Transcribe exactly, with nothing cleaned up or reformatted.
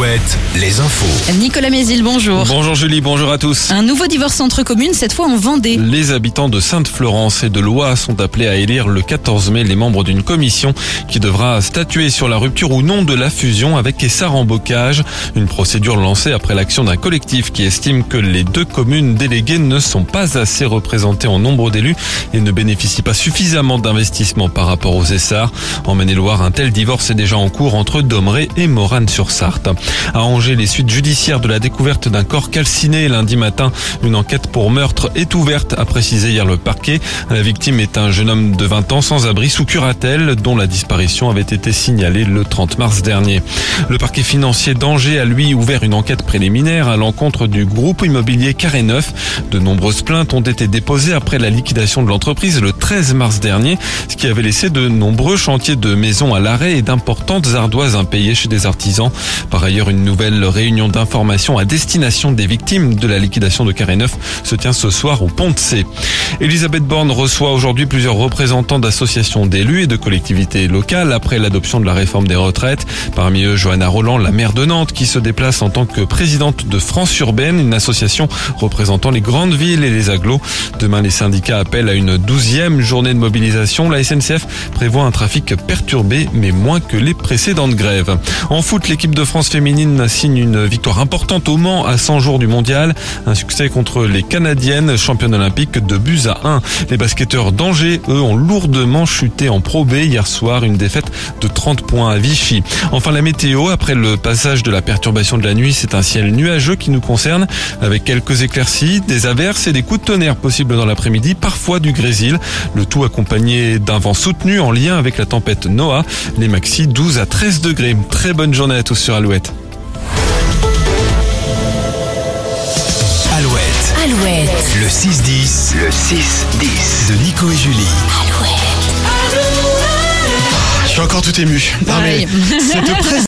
Alouette, les infos. Nicolas Mézil, bonjour. Bonjour Julie, bonjour à tous. Un nouveau divorce entre communes, cette fois en Vendée. Les habitants de Sainte-Florence et de Loie sont appelés à élire le quatorze mai les membres d'une commission qui devra statuer sur la rupture ou non de la fusion avec Essart en Bocage. Une procédure lancée après l'action d'un collectif qui estime que les deux communes déléguées ne sont pas assez représentées en nombre d'élus et ne bénéficient pas suffisamment d'investissement par rapport aux Essart. En Maine-et-Loire, un tel divorce est déjà en cours entre Domeray et Morane-sur-Sarthe. À Angers, les suites judiciaires de la découverte d'un corps calciné lundi matin. Une enquête pour meurtre est ouverte, a précisé hier le parquet. La victime est un jeune homme de vingt ans sans abri sous curatelle dont la disparition avait été signalée le trente mars dernier. Le parquet financier d'Angers a lui ouvert une enquête préliminaire à l'encontre du groupe immobilier Carré Neuf. De nombreuses plaintes ont été déposées après la liquidation de l'entreprise le treize mars dernier, ce qui avait laissé de nombreux chantiers de maisons à l'arrêt et d'importantes ardoises impayées chez des artisans. Par ailleurs, une nouvelle réunion d'information à destination des victimes de la liquidation de Carré Neuf se tient ce soir au Pont de C. Elisabeth Borne reçoit aujourd'hui plusieurs représentants d'associations d'élus et de collectivités locales après l'adoption de la réforme des retraites. Parmi eux, Johanna Roland, la maire de Nantes, qui se déplace en tant que présidente de France Urbaine, une association représentant les grandes villes et les agglos. Demain, les syndicats appellent à une douzième journée de mobilisation. La S N C F prévoit un trafic perturbé, mais moins que les précédentes grèves. En foot, l'équipe de France féminine signe une victoire importante au Mans à cent jours du mondial. Un succès contre les Canadiennes, championnes olympiques de buts à un. Les basketteurs d'Angers, eux, ont lourdement chuté en Pro B hier soir, une défaite de trente points à Vichy. Enfin, la météo, après le passage de la perturbation de la nuit, c'est un ciel nuageux qui nous concerne, avec quelques éclaircies, des averses et des coups de tonnerre possibles dans l'après-midi, parfois du grésil. Le tout accompagné d'un vent soutenu en lien avec la tempête Noah. Les maxi douze à treize degrés. Très bonne journée à tous sur Alouette. Alouette. Alouette. Le six dix. Le six dix. De Nico et Julie. Alouette. Je suis encore tout ému. Non, mais Pareil. cette presse